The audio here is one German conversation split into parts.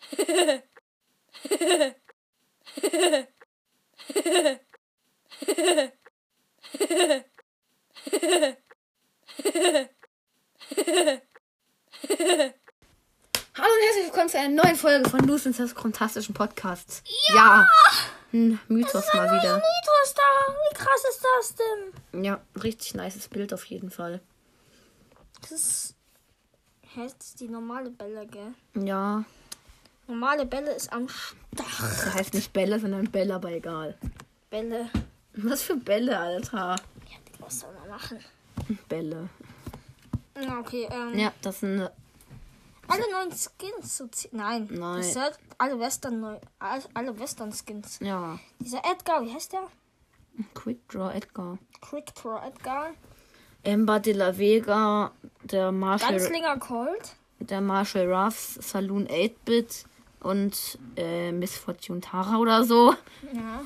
Hallo und herzlich willkommen zu einer neuen Folge von Lucens fantastischen Podcasts. Ja! Ein Mythos mal wieder. Mythos da. Wie krass ist das denn? Ja, richtig nices Bild auf jeden Fall. Das ist die normale Bälle, gell? Ja. Normale Bälle ist am Start. Das heißt nicht Bälle, sondern Bälle, aber egal. Bälle. Was für Bälle, Alter? Ja, was soll man machen? Bälle. Ja, okay, Ja, das sind... alle neuen Skins so Nein. Das sind alle Western Skins. Ja. Dieser Edgar, wie heißt der? Quick Draw Edgar. Quick Draw Edgar. Amber de la Vega, der Ganzlinger Colt. Der Marshall Ruffs, Saloon 8-Bit und Miss Fortune Tara oder so. Ja.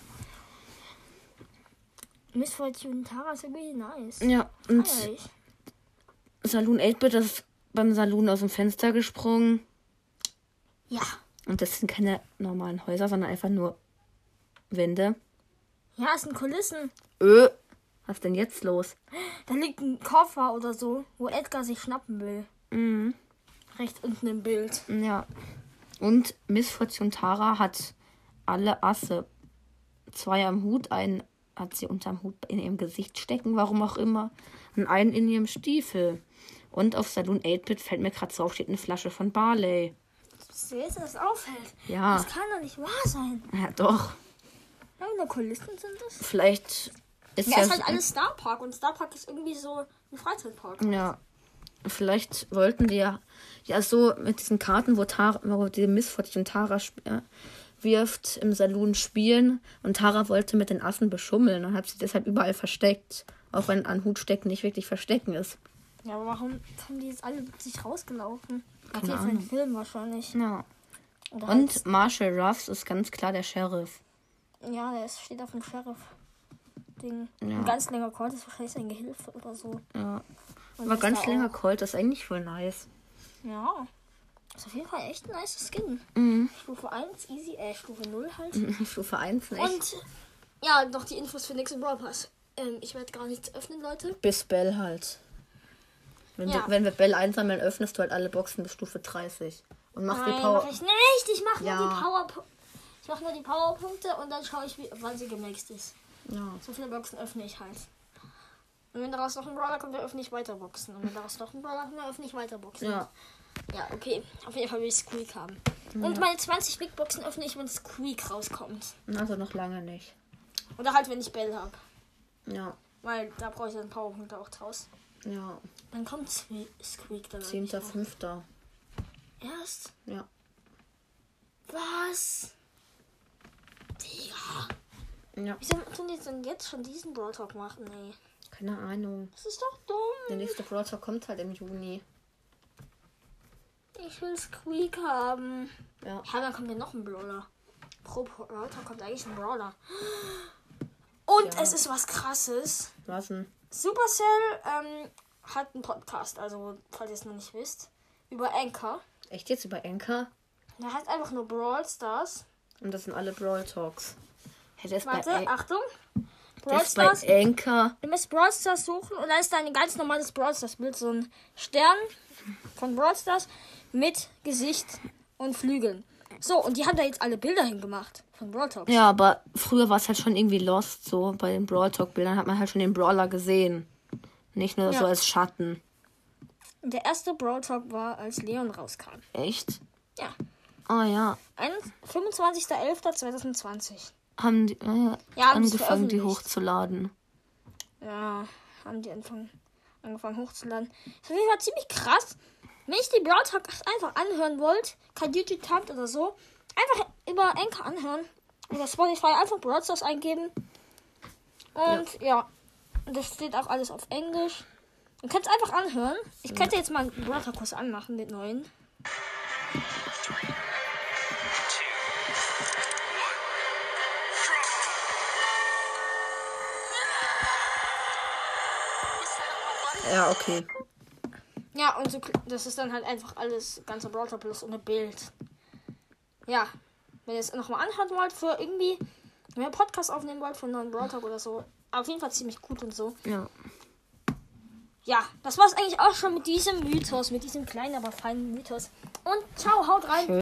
Miss Fortune Tara ist irgendwie nice. Ja, und Feierlich. Saloon 8-Bit ist beim Saloon aus dem Fenster gesprungen. Ja. Und das sind keine normalen Häuser, sondern einfach nur Wände. Ja, es sind Kulissen. Was ist denn jetzt los? Da liegt ein Koffer oder so, wo Edgar sich schnappen will. Mhm. Rechts unten im Bild. Ja. Und Miss Fortune Tara hat alle Asse. 2 am Hut, einen hat sie unterm Hut in ihrem Gesicht stecken, warum auch immer. Und einen in ihrem Stiefel. Und auf Saloon 8-Bit fällt mir gerade so auf, steht eine Flasche von Barley. Siehst du, das auffällt? Ja. Das kann doch nicht wahr sein. Ja, doch. Ja, nur Kulissen sind das. Vielleicht ist Ja, ist halt alles Star Park und Star Park ist irgendwie so ein Freizeitpark. Ja. Vielleicht wollten die ja so mit diesen Karten, wo die Miss Fortune Tara wirft, im Saloon spielen. Und Tara wollte mit den Assen beschummeln und hat sie deshalb überall versteckt. Auch wenn an Hut stecken nicht wirklich verstecken ist. Ja, aber warum haben die jetzt alle sich rausgelaufen? Keine Okay, für Ahnung. den Film wahrscheinlich. Ja. Oder Und halt, Marshall Ruffs ist ganz klar der Sheriff. ja, der steht auf dem Sheriff-Ding. Ja. Ein ganz länger Colt ist wahrscheinlich sein Gehilfe oder so. Ja. Und Aber ist ganz da länger auch- Colt ist eigentlich voll nice. Ja. Ist auf jeden Fall echt ein nice Skin. Mhm. Stufe 1, easy, Stufe 0 halt. Stufe 1 nicht. Und ja, noch die Infos für nächsten Brawl Pass. Ich werde gar nichts öffnen, Leute. Bis Bell halt. Ja. Wenn wir Bell einsammeln, öffnest du halt alle Boxen bis Stufe 30. Und machst die Nein, Power. mach ich nicht. Ich mache Ja. nur die Powerpunkte und dann schaue ich, wann sie gemaxt ist. Ja. So viele Boxen öffne ich halt. Und wenn daraus noch ein Brawler kommt, dann öffne ich weiter Boxen. Und wenn daraus noch ein Brawler kommt, dann öffne ich weiter Boxen. Ja. Ja, okay. Auf jeden Fall will ich Squeak haben. Und meine 20 Big Boxen öffne ich, wenn Squeak rauskommt. Also noch lange nicht. Oder halt, wenn ich Bell habe. Ja. Weil da brauche ich dann Powerpunkte auch draus. Ja. Dann kommt Squeak dann. 10.5. Erst? Ja. Was? Digga. Ja. Wieso tun die jetzt schon diesen Brawl Talk machen? Nee. Keine Ahnung. Das ist doch dumm. Der nächste Brawl Talk kommt halt im Juni. Ich will Squeak haben. Ja. Ja, dann kommt ja noch ein Brawler. Pro Brawl Talk kommt eigentlich ein Brawler. Und Ja. es ist was Krasses. Was denn? Supercell hat einen Podcast, also falls ihr es noch nicht wisst, über Anchor. Echt jetzt über Anchor? Der heißt einfach nur Brawl Stars. Und das sind alle Brawl Talks. Hey, der ist Warte, bei Achtung. der Brawl ist bei Stars. Anchor. Du musst Brawl Stars suchen und da ist da ein ganz normales Brawl Stars Bild. So ein Stern von Brawl Stars mit Gesicht und Flügeln. So, und die haben da jetzt alle Bilder hingemacht von Brawl Talks. Ja, aber früher war es halt schon irgendwie lost, so. Bei den Brawl Talk Bildern hat man halt schon den Brawler gesehen. Nicht nur Ja. so als Schatten. Und der erste Brawl Talk war, als Leon rauskam. Echt? Ja. Ah ja. 25.11.2020. Haben die Ja, haben die's angefangen, die veröffentlicht. hochzuladen. Ja, haben die angefangen hochzuladen. Das war auf jeden Fall ziemlich krass. Wenn ich die Brawl Talks einfach anhören wollt, kein YouTube habt oder so, einfach über Anchor anhören. Über Spotify einfach Brawl Stars eingeben. Und ja, das steht auch alles auf Englisch. Ihr könnt es einfach anhören. Ich könnte jetzt mal einen Brawl Talk Kurs anmachen, den neuen. Ja, okay. Ja, und so, das ist dann halt einfach alles ganzer Brawl Talk plus ohne Bild. ja, wenn ihr es nochmal anhören wollt, für irgendwie, wenn ihr einen Podcast aufnehmen wollt für einen neuen Brawl Talk oder so, auf jeden Fall ziemlich gut und so. Ja. Ja, das war's eigentlich auch schon mit diesem Mythos, mit diesem kleinen, aber feinen Mythos. Und ciao, haut rein.